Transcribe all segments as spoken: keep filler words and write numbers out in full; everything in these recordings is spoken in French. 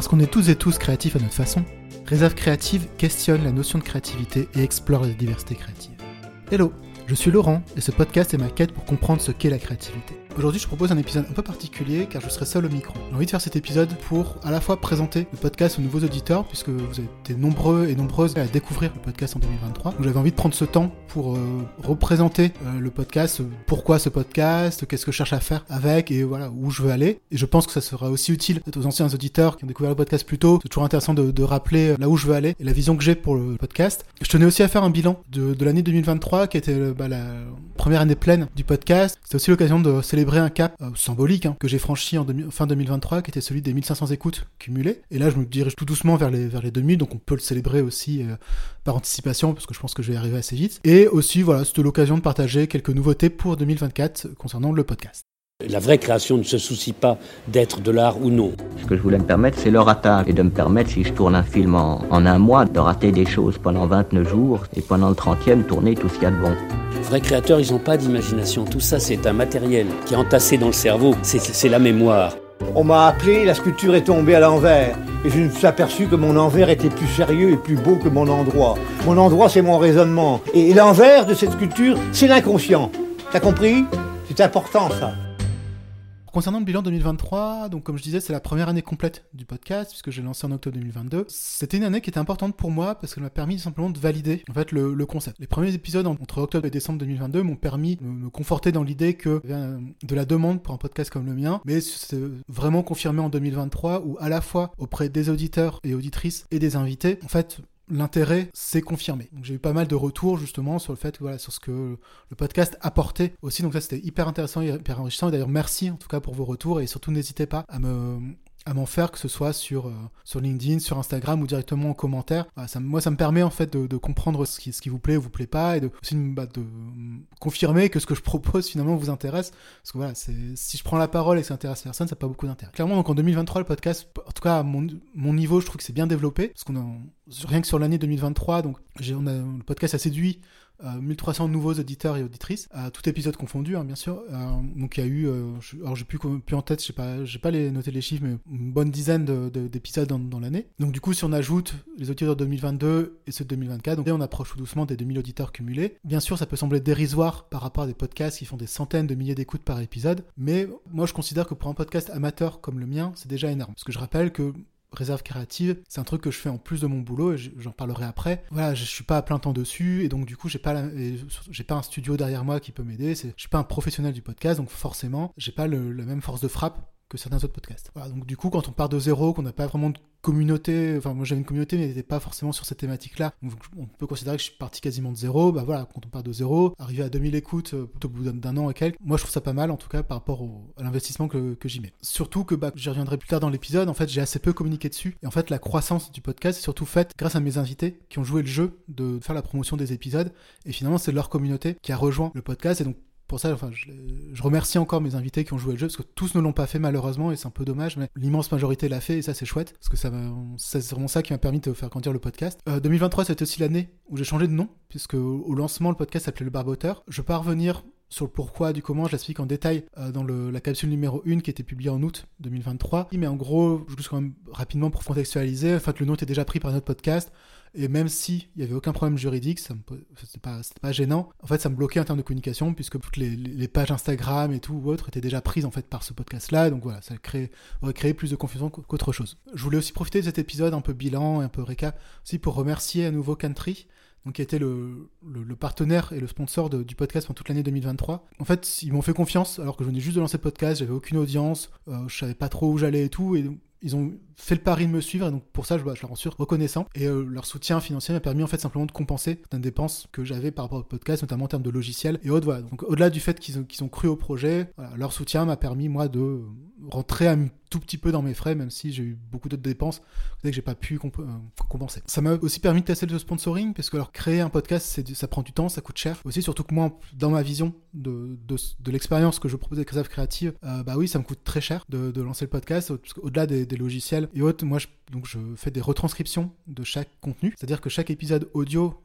Parce qu'on est tous et tous créatifs à notre façon, Réserve Créative questionne la notion de créativité et explore la diversité créative. Hello, je suis Laurent et ce podcast est ma quête pour comprendre ce qu'est la créativité. Aujourd'hui, je propose un épisode un peu particulier car je serai seul au micro. J'ai envie de faire cet épisode pour à la fois présenter le podcast aux nouveaux auditeurs, puisque vous avez été nombreux et nombreuses à découvrir le podcast en deux mille vingt-trois. Donc j'avais envie de prendre ce temps pour euh, représenter euh, le podcast, euh, pourquoi ce podcast, qu'est-ce que je cherche à faire avec et voilà où je veux aller. Et je pense que ça sera aussi utile aux anciens auditeurs qui ont découvert le podcast plus tôt. C'est toujours intéressant de, de rappeler là où je veux aller et la vision que j'ai pour le podcast. Je tenais aussi à faire un bilan de, de l'année deux mille vingt-trois qui était bah, la première année pleine du podcast. C'était aussi l'occasion de célébrer un cap euh, symbolique hein, que j'ai franchi en demi- fin deux mille vingt-trois, qui était celui des mille cinq cents écoutes cumulées. Et là, je me dirige tout doucement vers les, vers les deux mille, donc on peut le célébrer aussi euh, par anticipation, parce que je pense que je vais y arriver assez vite. Et aussi, voilà, c'était l'occasion de partager quelques nouveautés pour deux mille vingt-quatre concernant le podcast. La vraie création ne se soucie pas d'être de l'art ou non. Ce que je voulais me permettre, c'est le ratage. Et de me permettre, si je tourne un film en, en un mois, de rater des choses pendant vingt-neuf jours, et pendant le trentième, tourner tout ce qu'il y a de bon. Les vrais créateurs, ils n'ont pas d'imagination. Tout ça, c'est un matériel qui est entassé dans le cerveau. C'est, c'est la mémoire. On m'a appelé, la sculpture est tombée à l'envers. Et je me suis aperçu que mon envers était plus sérieux et plus beau que mon endroit. Mon endroit, c'est mon raisonnement. Et l'envers de cette sculpture, c'est l'inconscient. T'as compris ? C'est important, ça. Concernant le bilan deux mille vingt-trois, donc comme je disais, c'est la première année complète du podcast, puisque j'ai lancé en octobre deux mille vingt-deux. C'était une année qui était importante pour moi, parce qu'elle m'a permis simplement de valider en fait, le, le concept. Les premiers épisodes entre octobre et décembre deux mille vingt-deux m'ont permis de me conforter dans l'idée qu'il y avait de la demande pour un podcast comme le mien, mais c'est vraiment confirmé en deux mille vingt-trois, où à la fois auprès des auditeurs et auditrices et des invités, en fait, l'intérêt s'est confirmé. Donc j'ai eu pas mal de retours justement sur le fait, voilà, sur ce que le podcast apportait aussi. Donc ça c'était hyper intéressant, hyper enrichissant. Et d'ailleurs merci en tout cas pour vos retours et surtout n'hésitez pas à me à m'en faire, que ce soit sur, euh, sur LinkedIn, sur Instagram ou directement en commentaire. Voilà, ça, moi, ça me permet en fait de, de comprendre ce qui, ce qui vous plaît ou vous plaît pas et de, aussi bah, de confirmer que ce que je propose finalement vous intéresse. Parce que voilà, c'est, si je prends la parole et que ça intéresse personne, ça n'a pas beaucoup d'intérêt. Clairement, donc en deux mille vingt-trois, le podcast, en tout cas à mon, mon niveau, je trouve que c'est bien développé. Parce qu'on a, rien que sur l'année deux mille vingt-trois, donc j'ai, on a, le podcast a séduit Euh, mille trois cents nouveaux auditeurs et auditrices, euh, tout épisode confondu, hein, bien sûr. Euh, donc il y a eu, euh, je, alors j'ai plus, plus en tête, je sais pas, j'ai pas les, noté les chiffres, mais une bonne dizaine de, de, d'épisodes dans, dans l'année. Donc du coup, si on ajoute les auditeurs de deux mille vingt-deux et ceux de deux mille vingt-quatre, donc on approche tout doucement des deux mille auditeurs cumulés. Bien sûr, ça peut sembler dérisoire par rapport à des podcasts qui font des centaines de milliers d'écoutes par épisode, mais moi je considère que pour un podcast amateur comme le mien, c'est déjà énorme. Parce que je rappelle que Réserve Créative, c'est un truc que je fais en plus de mon boulot et j'en parlerai après. Voilà, je suis pas à plein temps dessus et donc du coup, j'ai pas la, j'ai pas un studio derrière moi qui peut m'aider. C'est, je suis pas un professionnel du podcast, donc forcément, j'ai pas le, la même force de frappe que certains autres podcasts. Voilà, donc du coup, quand on part de zéro, qu'on n'a pas vraiment de communauté, enfin moi j'avais une communauté mais elle n'était pas forcément sur cette thématique-là, donc on peut considérer que je suis parti quasiment de zéro. Bah voilà, quand on part de zéro, arriver à deux mille écoutes euh, au bout d'un, d'un an et quelques, moi je trouve ça pas mal en tout cas par rapport au, à l'investissement que, que j'y mets. Surtout que bah, j'y reviendrai plus tard dans l'épisode, en fait j'ai assez peu communiqué dessus, et en fait la croissance du podcast est surtout faite grâce à mes invités qui ont joué le jeu de faire la promotion des épisodes, et finalement c'est leur communauté qui a rejoint le podcast, et donc pour ça, enfin, je, je remercie encore mes invités qui ont joué le jeu, parce que tous ne l'ont pas fait malheureusement, et c'est un peu dommage, mais l'immense majorité l'a fait, et ça c'est chouette, parce que ça va, c'est vraiment ça qui m'a permis de faire grandir le podcast. Euh, deux mille vingt-trois, c'était aussi l'année où j'ai changé de nom, puisque au, au lancement, le podcast s'appelait Le Barboteur. Je vais pas revenir sur le pourquoi du comment, je l'explique en détail euh, dans le, la capsule numéro un qui était publiée en août deux mille vingt-trois. Mais en gros, juste quand même rapidement pour contextualiser, en fait, le nom était déjà pris par notre podcast. Et même s'il n'y avait aucun problème juridique, ça me, c'était pas, c'était pas gênant. En fait, ça me bloquait en termes de communication, puisque toutes les, les pages Instagram et tout ou autres étaient déjà prises en fait par ce podcast-là. Donc voilà, ça crée, aurait créé plus de confusion qu'autre chose. Je voulais aussi profiter de cet épisode un peu bilan et un peu récap, aussi pour remercier à nouveau Country, donc qui était le, le, le partenaire et le sponsor de, du podcast pendant toute l'année deux mille vingt-trois. En fait, ils m'ont fait confiance, alors que je venais juste de lancer le podcast, j'avais aucune audience, euh, je savais pas trop où j'allais et tout, et donc, ils ont fait le pari de me suivre, et donc pour ça je, bah, je leur en suis reconnaissant, et euh, leur soutien financier m'a permis en fait simplement de compenser certaines dépenses que j'avais par rapport au podcast, notamment en termes de logiciels et autres. Voilà. Donc au-delà du fait qu'ils ont, qu'ils ont cru au projet, voilà, leur soutien m'a permis moi de rentrer un tout petit peu dans mes frais, même si j'ai eu beaucoup d'autres dépenses que j'ai pas pu comp- euh, compenser. Ça m'a aussi permis de tester le sponsoring, parce que alors créer un podcast, c'est, ça prend du temps, ça coûte cher. Aussi, surtout que moi, dans ma vision de, de, de l'expérience que je propose avec Réserve Créative, euh, bah oui, ça me coûte très cher de, de lancer le podcast, parce qu'au-delà des, des logiciels et autres, moi je, donc je fais des retranscriptions de chaque contenu, c'est-à-dire que chaque épisode audio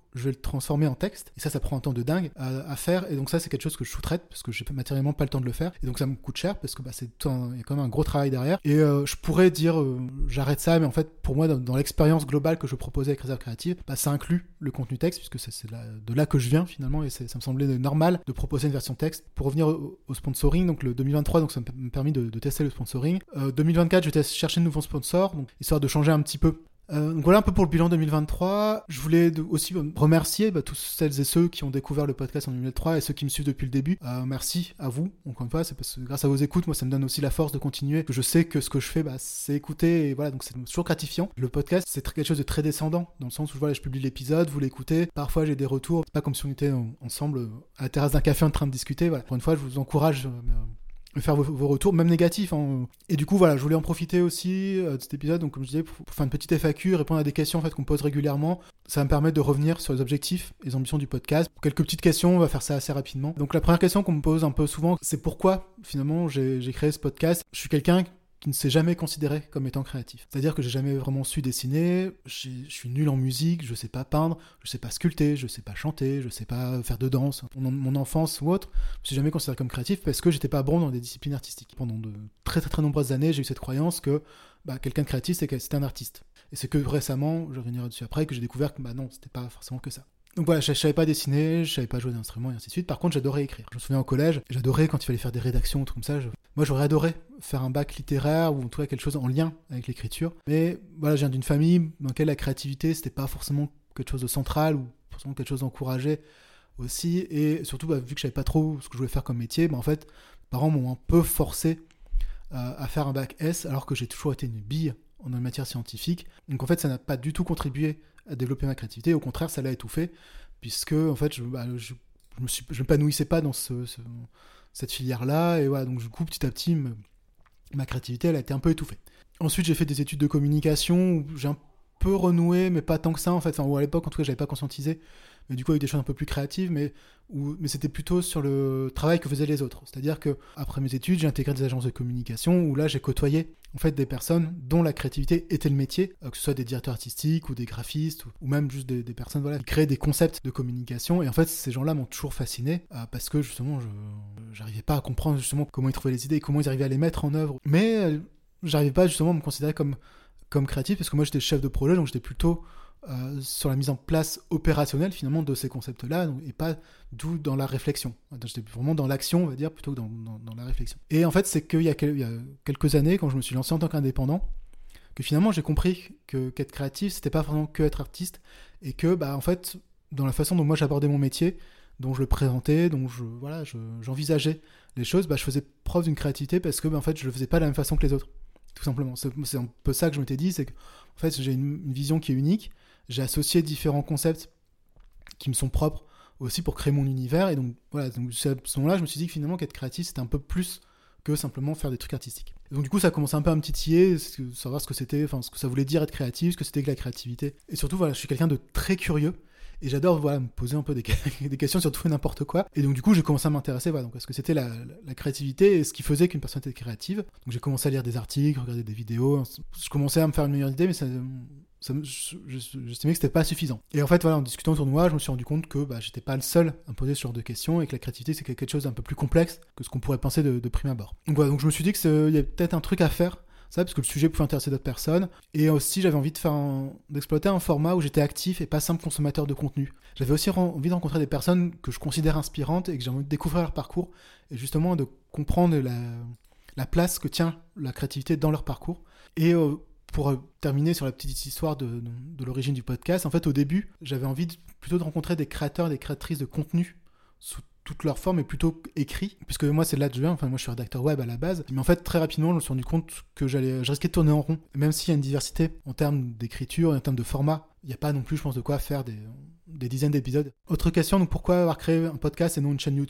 je vais le transformer en texte. Et ça, ça prend un temps de dingue à, à faire. Et donc ça, c'est quelque chose que je sous-traite parce que j'ai matériellement pas le temps de le faire. Et donc ça me coûte cher parce que bah, c'est tout un, il y a quand même un gros travail derrière. Et euh, je pourrais dire, euh, j'arrête ça, mais en fait, pour moi, dans, dans l'expérience globale que je proposais avec Réserve Créative, bah, ça inclut le contenu texte puisque c'est, c'est là, de là que je viens finalement. Et c'est, ça me semblait normal de proposer une version texte. Pour revenir au, au sponsoring, donc le deux mille vingt-trois, donc ça m'a permis de, de tester le sponsoring. Euh, deux mille vingt-quatre, je vais chercher de nouveaux sponsors, donc histoire de changer un petit peu. Euh, donc voilà un peu pour le bilan deux mille vingt-trois. Je voulais de, aussi remercier bah, tous celles et ceux qui ont découvert le podcast en deux mille vingt-trois et ceux qui me suivent depuis le début. Euh, merci à vous, encore une fois, c'est parce que grâce à vos écoutes, moi ça me donne aussi la force de continuer. Je sais que ce que je fais, bah, c'est écouter et voilà, donc c'est toujours gratifiant. Le podcast, c'est quelque chose de très descendant, dans le sens où voilà, je publie l'épisode, vous l'écoutez, parfois j'ai des retours, c'est pas comme si on était ensemble à la terrasse d'un café en train de discuter. Voilà. Pour une fois, je vous encourage euh, faire vos, vos retours, même négatifs. Hein. Et du coup, voilà, je voulais en profiter aussi euh, de cet épisode, donc comme je disais, pour, pour faire une petite F A Q, répondre à des questions en fait qu'on me pose régulièrement. Ça va me permettre de revenir sur les objectifs et les ambitions du podcast. Pour quelques petites questions, on va faire ça assez rapidement. Donc la première question qu'on me pose un peu souvent, c'est pourquoi finalement j'ai, j'ai créé ce podcast. Je suis quelqu'un qui ne s'est jamais considéré comme étant créatif. C'est-à-dire que j'ai jamais vraiment su dessiner, j'ai, je suis nul en musique, je sais pas peindre, je sais pas sculpter, je sais pas chanter, je sais pas faire de danse. Mon, mon enfance ou autre, je me suis jamais considéré comme créatif parce que j'étais pas bon dans des disciplines artistiques. Pendant de très très très nombreuses années, j'ai eu cette croyance que bah, quelqu'un de créatif, c'est que c'était un artiste. Et c'est que récemment, je reviendrai dessus après, que j'ai découvert que bah non, c'était pas forcément que ça. Donc voilà, je, je savais pas dessiner, je savais pas jouer d'instruments et ainsi de suite. Par contre, j'adorais écrire. Je me souviens au collège, j'adorais quand il fallait faire des rédactions, tout comme ça. Je... Moi, j'aurais adoré faire un bac littéraire ou en tout cas quelque chose en lien avec l'écriture. Mais voilà, je viens d'une famille dans laquelle la créativité, c'était pas forcément quelque chose de central ou forcément quelque chose d'encouragé aussi. Et surtout, bah, vu que je savais pas trop ce que je voulais faire comme métier, bah, en fait, mes parents m'ont un peu forcé euh, à faire un bac S alors que j'ai toujours été une bille en matière scientifique. Donc en fait, ça n'a pas du tout contribué à développer ma créativité. Au contraire, ça l'a étouffé, puisque en fait, je, bah, je, je me suis, je m'épanouissais pas dans ce, ce, cette filière-là, et voilà, donc du coup, petit à petit, me, ma créativité, elle a été un peu étouffée. Ensuite, j'ai fait des études de communication où j'ai un peu renoué, mais pas tant que ça en fait. Enfin, ou à l'époque, en tout cas, j'avais pas conscientisé. Mais du coup, avec des choses un peu plus créatives, mais, où, mais c'était plutôt sur le travail que faisaient les autres. C'est-à-dire que après mes études, j'ai intégré des agences de communication où là, j'ai côtoyé en fait des personnes dont la créativité était le métier, que ce soit des directeurs artistiques ou des graphistes ou, ou même juste des, des personnes voilà, qui créaient des concepts de communication. Et en fait, ces gens-là m'ont toujours fasciné euh, parce que justement, je j'arrivais pas à comprendre justement comment ils trouvaient les idées, comment ils arrivaient à les mettre en œuvre. Mais euh, j'arrivais pas justement à me considérer comme comme créatif parce que moi, j'étais chef de projet, donc j'étais plutôt Euh, sur la mise en place opérationnelle finalement de ces concepts-là donc, et pas d'où dans la réflexion. Donc, j'étais vraiment dans l'action, on va dire, plutôt que dans, dans, dans la réflexion. Et en fait, c'est qu'il y a, quel, il y a quelques années, quand je me suis lancé en tant qu'indépendant, que finalement j'ai compris que qu'être créatif, c'était pas vraiment que être artiste, et que bah en fait, dans la façon dont moi j'abordais mon métier, dont je le présentais, dont je voilà, je, j'envisageais les choses, bah je faisais preuve d'une créativité parce que bah, en fait, je le faisais pas de la même façon que les autres. Tout simplement. C'est, c'est un peu ça que je m'étais dit, c'est que en fait, j'ai une, une vision qui est unique. J'ai associé différents concepts qui me sont propres aussi pour créer mon univers. Et donc, voilà, donc à ce moment-là, je me suis dit que finalement, qu'être créatif, c'était un peu plus que simplement faire des trucs artistiques. Et donc, du coup, ça a commencé un peu à me titiller, savoir ce que c'était, enfin, ce que ça voulait dire être créatif, ce que c'était que la créativité. Et surtout, voilà, je suis quelqu'un de très curieux. Et j'adore voilà, me poser un peu des, des questions sur tout et n'importe quoi. Et donc du coup, j'ai commencé à m'intéresser voilà, donc, à ce que c'était la, la, la créativité et ce qui faisait qu'une personne était créative. Donc j'ai commencé à lire des articles, regarder des vidéos. Je commençais à me faire une meilleure idée, mais ça, ça, je, je, j'estimais que c'était pas suffisant. Et en fait, voilà, en discutant autour de moi, je me suis rendu compte que bah, j'étais pas le seul à me poser ce genre de questions et que la créativité, c'est quelque chose d'un peu plus complexe que ce qu'on pourrait penser de, de prime abord. Donc voilà, donc je me suis dit qu'il y a peut-être un truc à faire. Ça, parce que le sujet pouvait intéresser d'autres personnes. Et aussi, j'avais envie de faire un... d'exploiter un format où j'étais actif et pas simple consommateur de contenu. J'avais aussi envie de rencontrer des personnes que je considère inspirantes et que j'ai envie de découvrir leur parcours et justement de comprendre la, la place que tient la créativité dans leur parcours. Et euh, pour terminer sur la petite histoire de, de, de l'origine du podcast, en fait, au début, j'avais envie de, plutôt de rencontrer des créateurs et des créatrices de contenu sous toute leur forme est plutôt écrit, puisque moi c'est de là que je viens, enfin moi je suis rédacteur web à la base, mais en fait très rapidement je me suis rendu compte que j'allais, je risquais de tourner en rond, même s'il y a une diversité en termes d'écriture et en termes de format, il n'y a pas non plus je pense de quoi faire des, des dizaines d'épisodes. Autre question, donc pourquoi avoir créé un podcast et non une chaîne YouTube?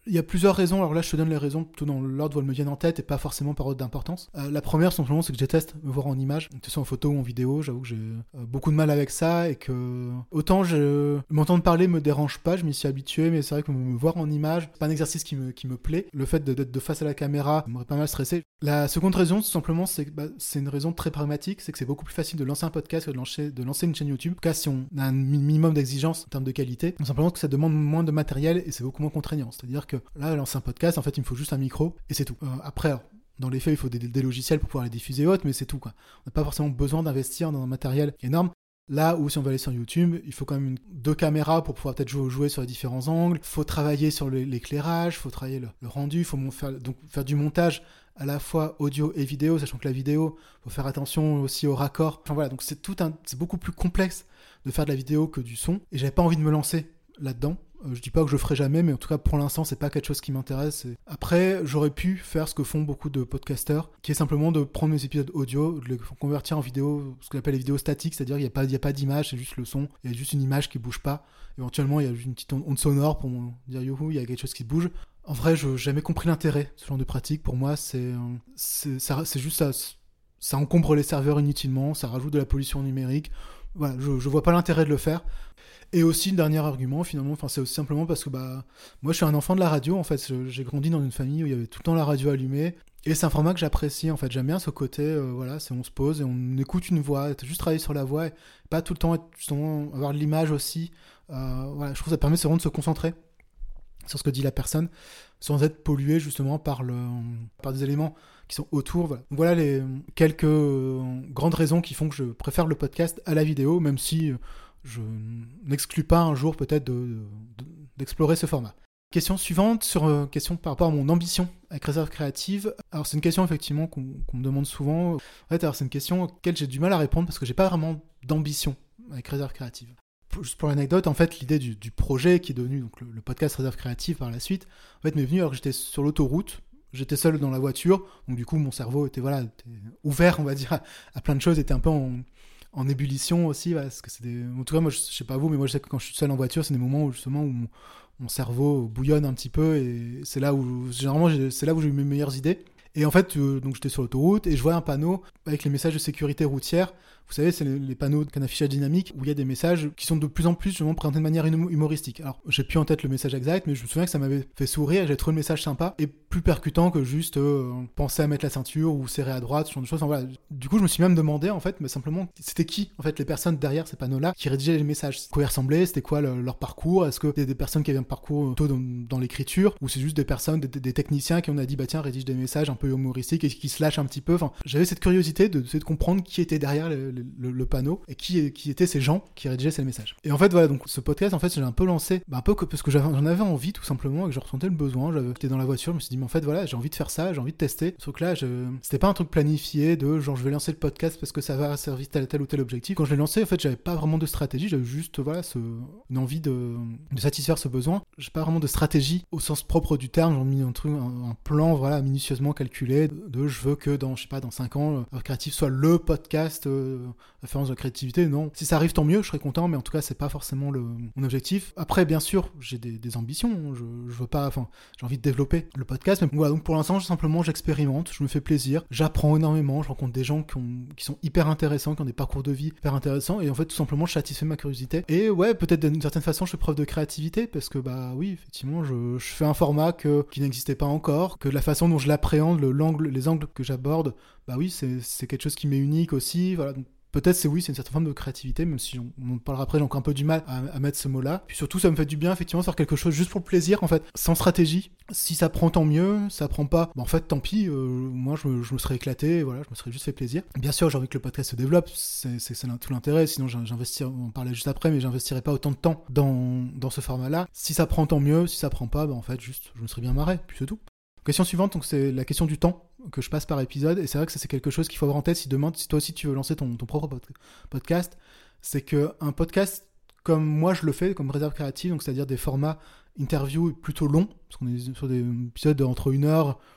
Il y a plusieurs raisons, alors là je te donne les raisons plutôt dans l'ordre où elles me viennent en tête et pas forcément par ordre d'importance. Euh, la première simplement c'est que je déteste me voir en image, que ce soit en photo ou en vidéo, j'avoue que j'ai euh, beaucoup de mal avec ça et que autant je... m'entendre parler me dérange pas, je m'y suis habitué, mais c'est vrai que me voir en image, c'est pas un exercice qui me, qui me plaît. Le fait de, d'être de face à la caméra m'aurait pas mal stressé. La seconde raison tout simplement c'est que bah, c'est une raison très pragmatique, c'est que c'est beaucoup plus facile de lancer un podcast que de lancer, de lancer une chaîne YouTube. En tout cas si on a un minimum d'exigence en termes de qualité, tout simplement que ça demande moins de matériel et c'est beaucoup moins contraignant. C'est-à-dire que là, lancer un podcast, en fait, il me faut juste un micro et c'est tout. Euh, après, alors, dans les faits, il faut des, des logiciels pour pouvoir les diffuser et autres, mais c'est tout, quoi. On n'a pas forcément besoin d'investir dans un matériel énorme. Là où, si on va aller sur YouTube, il faut quand même une, deux caméras pour pouvoir peut-être jouer, jouer sur les différents angles. Il faut travailler sur le, l'éclairage, il faut travailler le, le rendu, il faut faire, donc, faire du montage à la fois audio et vidéo, sachant que la vidéo, il faut faire attention aussi au raccord. Enfin voilà, donc c'est, tout un, c'est beaucoup plus complexe de faire de la vidéo que du son. Et j'avais pas envie de me lancer là-dedans. Euh, je dis pas que je le ferai jamais, mais en tout cas pour l'instant c'est pas quelque chose qui m'intéresse. Et... Après, j'aurais pu faire ce que font beaucoup de podcasteurs, qui est simplement de prendre mes épisodes audio, de les convertir en vidéo, ce qu'on appelle les vidéos statiques, c'est-à-dire qu'il n'y a pas, il y a pas d'image, c'est juste le son, il y a juste une image qui bouge pas. Éventuellement il y a une petite onde sonore pour dire youhou, il y a quelque chose qui bouge. En vrai, je n'ai jamais compris l'intérêt de ce genre de pratique. Pour moi, c'est, c'est, ça, c'est juste ça, ça encombre les serveurs inutilement, ça rajoute de la pollution numérique. Voilà, je, je vois pas l'intérêt de le faire. Et aussi, le dernier argument, finalement, enfin, c'est aussi simplement parce que bah, moi, je suis un enfant de la radio, en fait. Je, j'ai grandi dans une famille où il y avait tout le temps la radio allumée. Et c'est un format que j'apprécie, en fait. J'aime bien ce côté, euh, voilà, c'est on se pose et on écoute une voix. T'as juste travaillé sur la voix et pas tout le temps être, justement, avoir de l'image aussi. Euh, voilà, je trouve que ça permet vraiment de se concentrer sur ce que dit la personne sans être pollué, justement, par, le, par des éléments qui sont autour. Voilà, donc voilà les quelques euh, grandes raisons qui font que je préfère le podcast à la vidéo, même si euh, je n'exclus pas un jour peut-être de, de, d'explorer ce format. Question suivante, sur euh, question par rapport à mon ambition avec Réserve Créative. Alors c'est une question effectivement qu'on, qu'on me demande souvent. En fait, alors c'est une question auquel j'ai du mal à répondre parce que j'ai pas vraiment d'ambition avec Réserve Créative. Juste pour l'anecdote, en fait, l'idée du, du projet qui est devenu donc, le, le podcast Réserve Créative par la suite, en fait, m'est venue alors que j'étais sur l'autoroute. J'étais seul dans la voiture, donc du coup mon cerveau était voilà était ouvert, on va dire, à, à plein de choses, était un peu en, en ébullition aussi, voilà, parce que c'est des... en tout cas moi je, je sais pas vous, mais moi je sais que quand je suis seul en voiture, c'est des moments où justement où mon, mon cerveau bouillonne un petit peu et c'est là où généralement c'est là où j'ai eu mes meilleures idées. Et en fait, euh, donc j'étais sur l'autoroute et je vois un panneau avec les messages de sécurité routière. Vous savez, c'est les, les panneaux d'un affichage dynamique où il y a des messages qui sont de plus en plus justement présentés de manière humoristique. Alors, j'ai plus en tête le message exact, mais je me souviens que ça m'avait fait sourire. J'ai trouvé le message sympa et plus percutant que juste euh, penser à mettre la ceinture ou serrer à droite, ce genre de choses. Enfin, voilà. Du coup, je me suis même demandé en fait, mais simplement, c'était qui en fait les personnes derrière ces panneaux-là qui rédigeaient les messages. À quoi ils ressemblaient, c'était quoi le, leur parcours, est-ce que c'était des personnes qui avaient un parcours tôt dans, dans l'écriture ou c'est juste des personnes, des, des techniciens qui on a dit bah tiens rédige des messages un peu humoristiques et qui se lâchent un petit peu. Enfin, j'avais cette curiosité de, de, de comprendre qui était derrière le, le, le, le panneau et qui, qui étaient ces gens qui rédigeaient ces messages. Et en fait voilà, donc ce podcast en fait j'ai un peu lancé bah, un peu que, parce que j'avais, j'en avais envie tout simplement et que je ressentais le besoin. J'avais été dans la voiture, je me suis dit mais en fait voilà, j'ai envie de faire ça, j'ai envie de tester. Sauf que là je... c'était pas un truc planifié de genre je vais lancer le podcast parce que ça va servir tel tel ou tel objectif. Quand je l'ai lancé en fait j'avais pas vraiment de stratégie, j'avais juste voilà ce... une envie de... de satisfaire ce besoin. J'ai pas vraiment de stratégie au sens propre du terme, j'ai mis un truc, un, un plan voilà minutieusement calculé de, de je veux que dans je sais pas dans cinq ans euh, Créatif soit le podcast euh, référence de la créativité. Non, si ça arrive tant mieux, je serais content, mais en tout cas c'est pas forcément le mon objectif. Après bien sûr j'ai des, des ambitions, je, je veux pas, enfin j'ai envie de développer le podcast, mais voilà, donc pour l'instant simplement j'expérimente, je me fais plaisir, j'apprends énormément, je rencontre des gens qui, ont, qui sont hyper intéressants, qui ont des parcours de vie hyper intéressants, et en fait tout simplement je satisfais ma curiosité. Et ouais, peut-être d'une certaine façon je fais preuve de créativité parce que bah oui effectivement je, je fais un format que, qui n'existait pas encore, que la façon dont je l'appréhende, le, l'angle, les angles que j'aborde, bah oui c'est, c'est quelque chose qui m'est unique aussi, voilà. Donc, peut-être c'est oui, c'est une certaine forme de créativité, même si on, on en parlera après, j'ai encore un peu du mal à, à mettre ce mot-là. Puis surtout, ça me fait du bien, effectivement, de faire quelque chose juste pour le plaisir, en fait, sans stratégie. Si ça prend, tant mieux. Ça prend pas, bah, en fait, tant pis. Euh, moi, je me, je me serais éclaté, voilà, je me serais juste fait plaisir. Bien sûr, j'ai envie que le podcast se développe, c'est, c'est, c'est tout l'intérêt. Sinon, j'investirais, on en parlait juste après, mais j'investirais pas autant de temps dans, dans ce format-là. Si ça prend, tant mieux. Si ça prend pas, bah, en fait, juste, je me serais bien marré, puis c'est tout. Question suivante, donc c'est la question du temps que je passe par épisode, et c'est vrai que ça c'est quelque chose qu'il faut avoir en tête si demain, si toi aussi tu veux lancer ton, ton propre pod- podcast, c'est qu'un podcast comme moi je le fais, comme Réserve Créative, donc c'est-à-dire des formats interview plutôt longs, parce qu'on est sur des épisodes entre une heure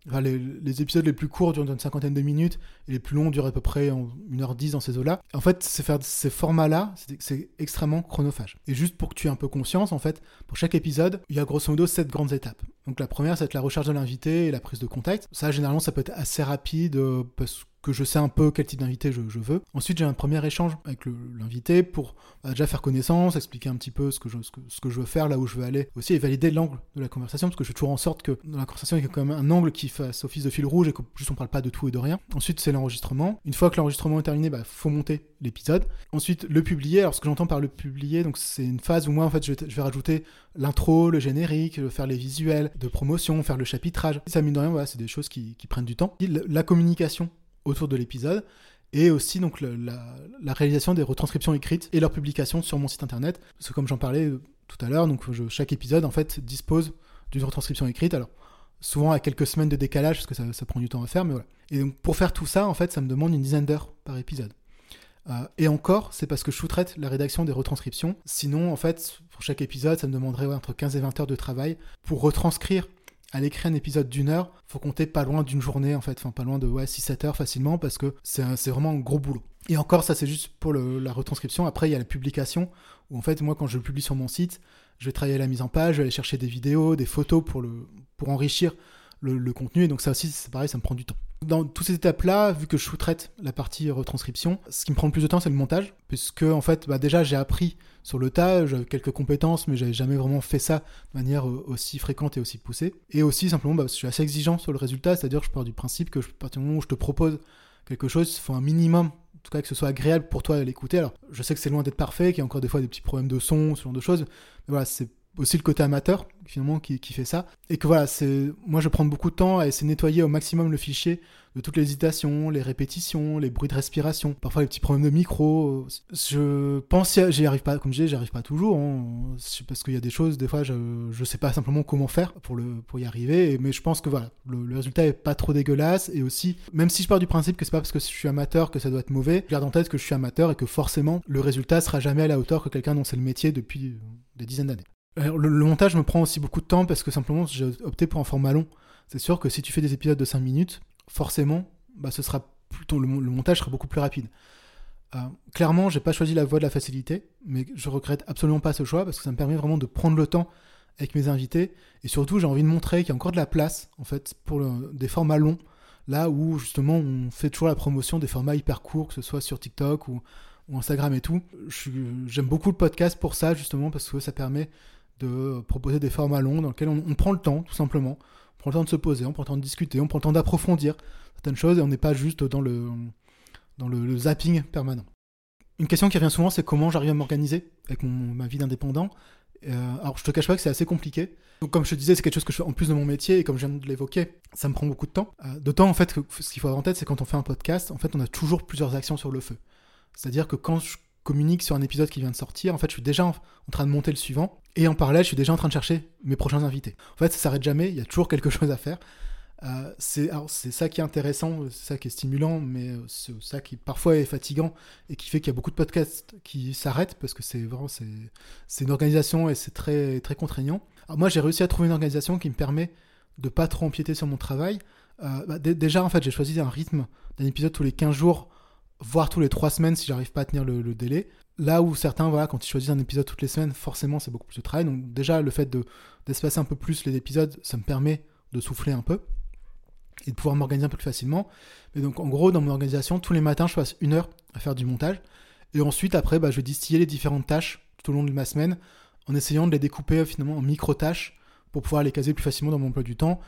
Enfin, les, les épisodes les plus courts durent une cinquantaine de minutes et les plus longs durent à peu près en une heure dix dans ces eaux-là. En fait, c'est faire ces formats-là, c'est, c'est extrêmement chronophage. Et juste pour que tu aies un peu conscience, en fait, pour chaque épisode, il y a grosso modo sept grandes étapes. Donc la première, c'est la recherche de l'invité et la prise de contact. Ça, généralement, ça peut être assez rapide euh, parce que je sais un peu quel type d'invité je, je veux. Ensuite, j'ai un premier échange avec le, l'invité pour bah, déjà faire connaissance, expliquer un petit peu ce que, je, ce, que, ce que je veux faire, là où je veux aller aussi, et valider l'angle de la conversation, parce que je fais toujours en sorte que dans la conversation, il y ait quand même un angle qui fasse office de fil rouge et que juste on parle pas de tout et de rien. Ensuite, c'est l'enregistrement. Une fois que l'enregistrement est terminé, bah, faut monter l'épisode. Ensuite, le publier. Alors, ce que j'entends par le publier, donc c'est une phase où moi, en fait, je vais, je vais rajouter l'intro, le générique, faire les visuels de promotion, faire le chapitrage. Ça, mine de rien, voilà, c'est des choses qui, qui prennent du temps. La communication autour de l'épisode, et aussi donc le, la, la réalisation des retranscriptions écrites et leur publication sur mon site internet. Parce que comme j'en parlais tout à l'heure, donc je, chaque épisode en fait dispose d'une retranscription écrite. Alors souvent à quelques semaines de décalage parce que ça, ça prend du temps à faire, mais voilà. Et donc pour faire tout ça, en fait, ça me demande une dizaine d'heures par épisode. Euh, et encore, c'est parce que je sous-traite la rédaction des retranscriptions. Sinon, en fait, pour chaque épisode, ça me demanderait ouais, entre quinze et vingt heures de travail pour retranscrire. À l'écrit un épisode d'une heure, faut compter pas loin d'une journée en fait, enfin pas loin de ouais, six sept heures facilement parce que c'est, un, c'est vraiment un gros boulot. Et encore ça c'est juste pour le, la retranscription, après il y a la publication où en fait moi quand je le publie sur mon site, je vais travailler à la mise en page, je vais aller chercher des vidéos, des photos pour, le, pour enrichir le, le contenu et donc ça aussi c'est pareil, ça me prend du temps. Dans toutes ces étapes-là, vu que je sous-traite la partie retranscription, ce qui me prend le plus de temps, c'est le montage, puisque en fait, bah déjà, j'ai appris sur le tas, j'avais quelques compétences, mais j'avais jamais vraiment fait ça de manière aussi fréquente et aussi poussée. Et aussi, simplement, bah, je suis assez exigeant sur le résultat, c'est-à-dire que je pars du principe que à partir du moment où je te propose quelque chose, il faut un minimum, en tout cas que ce soit agréable pour toi à l'écouter. Alors, je sais que c'est loin d'être parfait, qu'il y a encore des fois des petits problèmes de son, ce genre de choses, mais voilà, c'est aussi le côté amateur finalement qui, qui fait ça et que voilà c'est moi je prends beaucoup de temps à essayer de nettoyer au maximum le fichier de toutes les hésitations, les répétitions, les bruits de respiration, parfois les petits problèmes de micro. Je pense j'y arrive pas, comme je dis, j'y arrive pas toujours hein, parce qu'il y a des choses des fois je je sais pas simplement comment faire pour le pour y arriver, mais je pense que voilà le, le résultat est pas trop dégueulasse. Et aussi même si je pars du principe que c'est pas parce que je suis amateur que ça doit être mauvais, je garde en tête que je suis amateur et que forcément le résultat sera jamais à la hauteur que quelqu'un dont c'est le métier depuis des dizaines d'années. Alors, le, le montage me prend aussi beaucoup de temps parce que simplement j'ai opté pour un format long. C'est sûr que si tu fais des épisodes de cinq minutes, forcément, bah, ce sera plutôt, le, le montage sera beaucoup plus rapide. Euh, clairement, j'ai pas choisi la voie de la facilité, mais je regrette absolument pas ce choix parce que ça me permet vraiment de prendre le temps avec mes invités et surtout j'ai envie de montrer qu'il y a encore de la place en fait pour le, des formats longs, là où justement on fait toujours la promotion des formats hyper courts, que ce soit sur TikTok ou, ou Instagram et tout. Je suis, j'aime beaucoup le podcast pour ça justement parce que ça permet de proposer des formats longs dans lesquels on, on prend le temps, tout simplement. On prend le temps de se poser, on prend le temps de discuter, on prend le temps d'approfondir certaines choses et on n'est pas juste dans le, dans le, le zapping permanent. Une question qui revient souvent, c'est comment j'arrive à m'organiser avec mon, ma vie d'indépendant. Euh, alors, je te cache pas que c'est assez compliqué. Donc, comme je te disais, c'est quelque chose que je fais en plus de mon métier et comme je viens de l'évoquer, ça me prend beaucoup de temps. Euh, d'autant, en fait, que ce qu'il faut avoir en tête, c'est quand on fait un podcast, en fait, on a toujours plusieurs actions sur le feu. C'est-à-dire que quand je communique sur un épisode qui vient de sortir, en fait, je suis déjà en, en train de monter le suivant, et en parallèle, je suis déjà en train de chercher mes prochains invités. En fait, ça s'arrête jamais, il y a toujours quelque chose à faire. Euh, c'est, alors, c'est ça qui est intéressant, c'est ça qui est stimulant, mais c'est ça qui parfois est fatigant, et qui fait qu'il y a beaucoup de podcasts qui s'arrêtent, parce que c'est vraiment, c'est, c'est une organisation, et c'est très, très contraignant. Alors moi, j'ai réussi à trouver une organisation qui me permet de pas trop empiéter sur mon travail. Euh, bah, d- déjà, en fait, j'ai choisi un rythme d'un épisode tous les quinze jours, voire tous les trois semaines si j'arrive pas à tenir le, le délai. Là où certains, voilà, quand ils choisissent un épisode toutes les semaines, forcément c'est beaucoup plus de travail. Donc déjà, le fait de, d'espacer un peu plus les épisodes, ça me permet de souffler un peu et de pouvoir m'organiser un peu plus facilement. Mais donc en gros, dans mon organisation, tous les matins, je passe une heure à faire du montage. Et ensuite, après, bah, je vais distiller les différentes tâches tout au long de ma semaine en essayant de les découper finalement en micro-tâches pour pouvoir les caser plus facilement dans mon emploi du temps.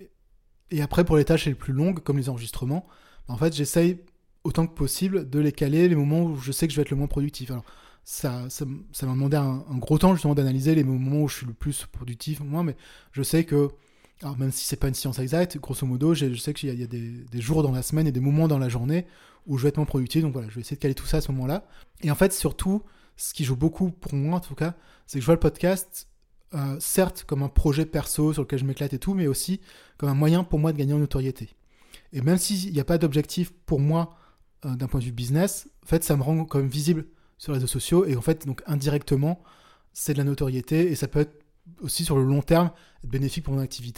Et après, pour les tâches les plus longues, comme les enregistrements, bah, en fait, j'essaye autant que possible de les caler les moments où je sais que je vais être le moins productif. Alors ça, ça, ça m'a demandé un, un gros temps justement d'analyser les moments où je suis le plus productif moi, mais je sais que, alors même si c'est pas une science exacte, grosso modo, je sais qu'il y a, il y a des, des jours dans la semaine et des moments dans la journée où je vais être moins productif, donc voilà, je vais essayer de caler tout ça à ce moment-là. Et en fait, surtout, ce qui joue beaucoup pour moi en tout cas, c'est que je vois le podcast euh, certes comme un projet perso sur lequel je m'éclate et tout, mais aussi comme un moyen pour moi de gagner en notoriété. Et même s'il n'y a pas d'objectif pour moi d'un point de vue business, en fait, ça me rend quand même visible sur les réseaux sociaux et en fait, donc indirectement, c'est de la notoriété et ça peut être aussi sur le long terme être bénéfique pour mon activité.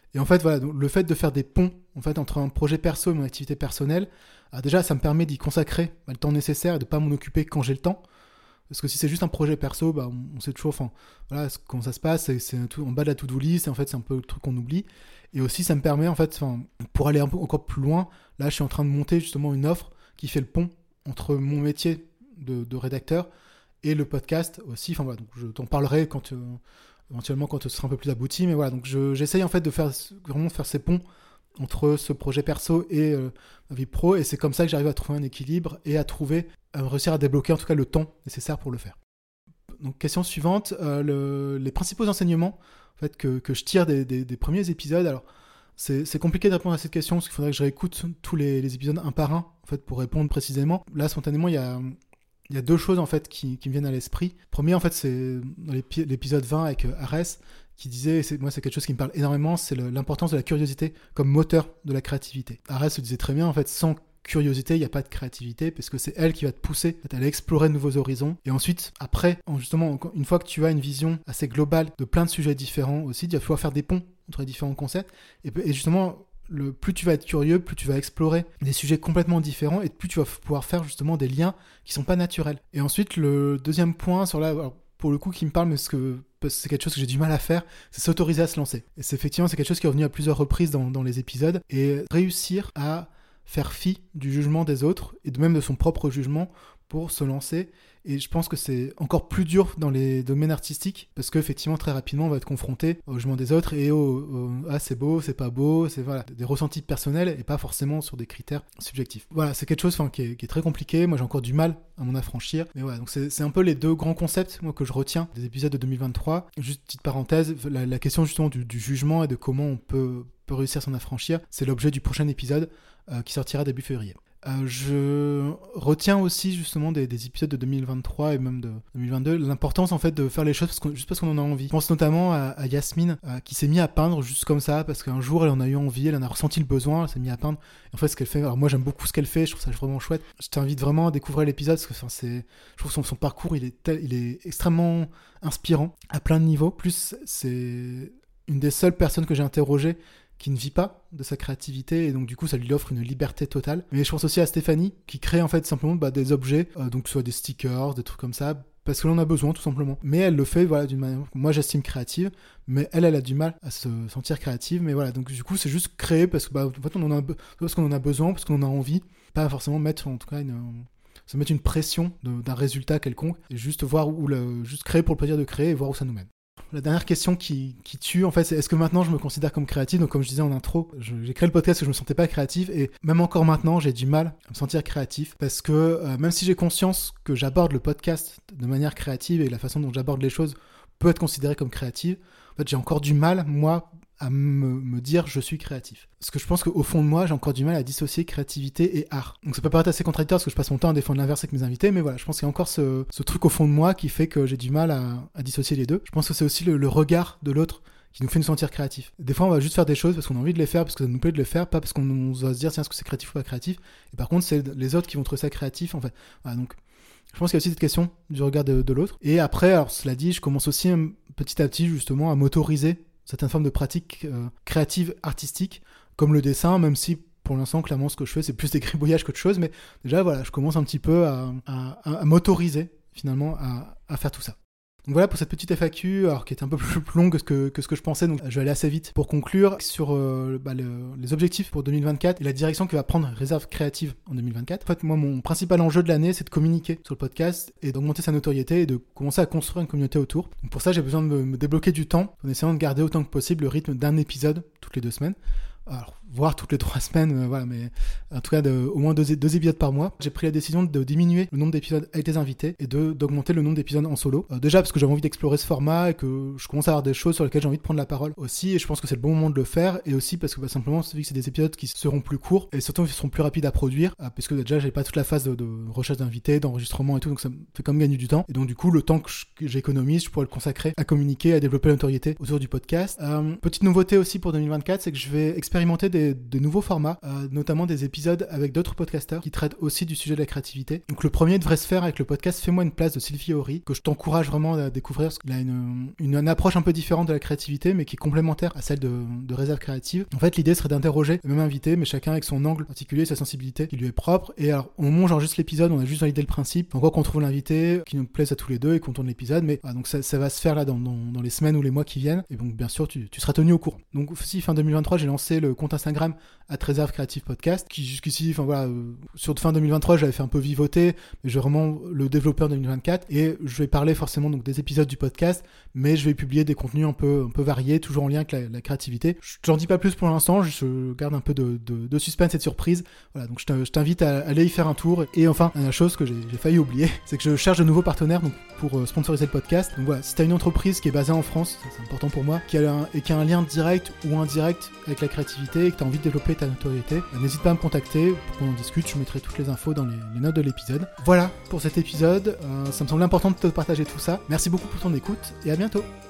Et en fait, voilà, donc, le fait de faire des ponts en fait, entre un projet perso et mon activité personnelle, alors déjà, ça me permet d'y consacrer bah, le temps nécessaire et de ne pas m'en occuper quand j'ai le temps. Parce que si c'est juste un projet perso, bah, on, on sait toujours enfin, voilà, comment ça se passe, c'est, c'est tout, en bas de la to-do list, et en fait c'est un peu le truc qu'on oublie. Et aussi ça me permet, en fait, pour aller un peu encore plus loin, là je suis en train de monter justement une offre qui fait le pont entre mon métier de, de rédacteur et le podcast aussi. Enfin, voilà, donc je t'en parlerai quand, euh, éventuellement quand ce sera un peu plus abouti, mais voilà, donc je, j'essaye en fait de faire, vraiment de faire ces ponts entre ce projet perso et euh, ma vie pro, et c'est comme ça que j'arrive à trouver un équilibre et à trouver, à réussir à débloquer en tout cas le temps nécessaire pour le faire. Donc question suivante, euh, le, les principaux enseignements en fait, que, que je tire des, des, des premiers épisodes. Alors c'est, c'est compliqué de répondre à cette question parce qu'il faudrait que je réécoute tous les, les épisodes un par un en fait, pour répondre précisément. Là spontanément il y a, il y a deux choses en fait, qui, qui me viennent à l'esprit. Premier en fait c'est dans l'épi- l'épisode vingt avec euh, Arès, qui disait, c'est, moi c'est quelque chose qui me parle énormément, c'est le, l'importance de la curiosité comme moteur de la créativité. Arès se disait très bien, en fait, sans curiosité, il n'y a pas de créativité, parce que c'est elle qui va te pousser à aller explorer de nouveaux horizons. Et ensuite, après, justement, une fois que tu as une vision assez globale de plein de sujets différents aussi, tu vas pouvoir faire des ponts entre les différents concepts. Et, et justement, le, plus tu vas être curieux, plus tu vas explorer des sujets complètement différents, et plus tu vas pouvoir faire justement des liens qui ne sont pas naturels. Et ensuite, le deuxième point sur la... Alors, pour le coup, qui me parle, mais ce que... parce que c'est quelque chose que j'ai du mal à faire, c'est s'autoriser à se lancer. Et c'est effectivement, c'est quelque chose qui est revenu à plusieurs reprises dans, dans les épisodes, et réussir à faire fi du jugement des autres, et de même de son propre jugement, pour se lancer. Et je pense que c'est encore plus dur dans les domaines artistiques, parce qu'effectivement, très rapidement, on va être confronté au jugement des autres, et au, au ah, c'est beau, c'est pas beau, c'est voilà, des ressentis personnels, et pas forcément sur des critères subjectifs. Voilà, c'est quelque chose qui est, qui est très compliqué, moi j'ai encore du mal à m'en affranchir, mais voilà, donc c'est, c'est un peu les deux grands concepts, moi, que je retiens des épisodes de deux mille vingt-trois. Juste petite parenthèse, la, la question justement du, du jugement et de comment on peut, peut réussir à s'en affranchir, c'est l'objet du prochain épisode, euh, qui sortira début février. Euh, je retiens aussi justement des, des épisodes de deux mille vingt-trois et même de deux mille vingt-deux l'importance en fait de faire les choses parce qu'on, juste parce qu'on en a envie. Je pense notamment à, à Yasmine euh, qui s'est mis à peindre juste comme ça parce qu'un jour elle en a eu envie, elle en a ressenti le besoin, elle s'est mise à peindre. Et en fait ce qu'elle fait, alors moi j'aime beaucoup ce qu'elle fait, je trouve ça vraiment chouette. Je t'invite vraiment à découvrir l'épisode parce que enfin, c'est, je trouve son, son parcours il est, tel, il est extrêmement inspirant à plein de niveaux. Plus c'est une des seules personnes que j'ai interrogées qui ne vit pas de sa créativité et donc du coup ça lui offre une liberté totale. Mais je pense aussi à Stéphanie qui crée en fait simplement bah, des objets, euh, donc soit des stickers, des trucs comme ça, parce que l'on a besoin tout simplement. Mais elle le fait voilà d'une manière que moi j'estime créative, mais elle elle a du mal à se sentir créative. Mais voilà, donc du coup c'est juste créer parce que bah, en fait on en a parce qu'on en a besoin, parce qu'on en a envie, pas forcément mettre en tout cas une se mettre une pression de, d'un résultat quelconque et juste voir où le juste créer pour le plaisir de créer et voir où ça nous mène. La dernière question qui, qui tue, en fait, c'est est-ce que maintenant je me considère comme créatif ? Donc, comme je disais en intro, je, j'ai créé le podcast parce que je me sentais pas créatif et même encore maintenant, j'ai du mal à me sentir créatif parce que euh, même si j'ai conscience que j'aborde le podcast de manière créative et la façon dont j'aborde les choses peut être considérée comme créative, en fait, j'ai encore du mal, moi, à me, me dire je suis créatif. Parce que je pense qu'au fond de moi, j'ai encore du mal à dissocier créativité et art. Donc ça peut paraître assez contradictoire parce que je passe mon temps à défendre l'inverse avec mes invités, mais voilà, je pense qu'il y a encore ce, ce truc au fond de moi qui fait que j'ai du mal à, à dissocier les deux. Je pense que c'est aussi le, le regard de l'autre qui nous fait nous sentir créatifs. Des fois, on va juste faire des choses parce qu'on a envie de les faire, parce que ça nous plaît de les faire, pas parce qu'on on va se dire tiens, est-ce que c'est créatif ou pas créatif. Et par contre, c'est les autres qui vont trouver ça créatif, en fait. Voilà, donc je pense qu'il y a aussi cette question du regard de, de l'autre. Et après, alors cela dit, je commence aussi petit à petit justement à m'autoriser certaines formes de pratiques euh, créatives, artistiques, comme le dessin, même si pour l'instant, clairement, ce que je fais, c'est plus des gribouillages qu'autre chose, mais déjà, voilà, je commence un petit peu à, à, à, à m'autoriser, finalement, à, à faire tout ça. Donc voilà pour cette petite F A Q, alors qui est un peu plus longue que ce que, que, ce que je pensais, donc je vais aller assez vite. Pour conclure, sur euh, bah, le, les objectifs pour deux mille vingt-quatre et la direction que va prendre Réserve Créative en deux mille vingt-quatre. En fait, moi, mon principal enjeu de l'année, c'est de communiquer sur le podcast et d'augmenter sa notoriété et de commencer à construire une communauté autour. Donc pour ça, j'ai besoin de me, me débloquer du temps en essayant de garder autant que possible le rythme d'un épisode toutes les deux semaines. Alors, voire toutes les trois semaines, euh, voilà, mais en tout cas de, au moins deux, deux épisodes par mois. J'ai pris la décision de diminuer le nombre d'épisodes avec des invités et de, d'augmenter le nombre d'épisodes en solo. Euh, déjà parce que j'avais envie d'explorer ce format et que je commence à avoir des choses sur lesquelles j'ai envie de prendre la parole aussi, et je pense que c'est le bon moment de le faire, et aussi parce que bah, simplement, vu que c'est des épisodes qui seront plus courts et surtout qui seront plus rapides à produire, euh, parce que déjà j'ai pas toute la phase de, de recherche d'invités, d'enregistrement et tout, donc ça me fait quand même gagner du temps. Et donc du coup, le temps que, je, que j'économise, je pourrais le consacrer à communiquer, à développer la notoriété autour du podcast. Euh, petite nouveauté aussi pour deux mille vingt-quatre, c'est que je vais expérimenter des des, de nouveaux formats, euh, notamment des épisodes avec d'autres podcasteurs qui traitent aussi du sujet de la créativité. Donc le premier devrait se faire avec le podcast Fais-moi une place de Sylvie Horry, que je t'encourage vraiment à découvrir, parce qu'il a une, une, une approche un peu différente de la créativité, mais qui est complémentaire à celle de, de Réserve Créative. En fait, l'idée serait d'interroger le même invité, mais chacun avec son angle particulier, sa sensibilité qui lui est propre. Et alors, au moment où j'enregistre l'épisode, on a juste validé le principe, en quoi qu'on trouve l'invité qui nous plaise à tous les deux et qu'on tourne l'épisode, mais voilà, donc ça, ça va se faire là dans, dans, dans les semaines ou les mois qui viennent, et donc bien sûr, tu, tu seras tenu au courant. Donc aussi, fin deux mille vingt-trois, j'ai lancé le compte Instagram at Réserve Créative Podcast, qui jusqu'ici, enfin voilà, euh, sur fin deux mille vingt-trois, j'avais fait un peu vivoter, mais je vais vraiment le développer en deux mille vingt-quatre, et je vais parler forcément donc des épisodes du podcast, mais je vais publier des contenus un peu, un peu variés, toujours en lien avec la, la créativité. Je t'en dis pas plus pour l'instant, je garde un peu de, de, de suspense et de surprise. Voilà, donc je t'invite à aller y faire un tour. Et enfin, dernière chose que j'ai, j'ai failli oublier, c'est que je cherche de nouveaux partenaires donc, pour sponsoriser le podcast. Donc voilà, si t'as une entreprise qui est basée en France, ça, c'est important pour moi, qui a un, et qui a un lien direct ou indirect avec la créativité et que t'as envie de développer ta notoriété, bah, n'hésite pas à me contacter pour qu'on en discute. Je mettrai toutes les infos dans les, les notes de l'épisode. Voilà pour cet épisode. Euh, ça me semble important de te partager tout ça. Merci beaucoup pour ton écoute et à bientôt.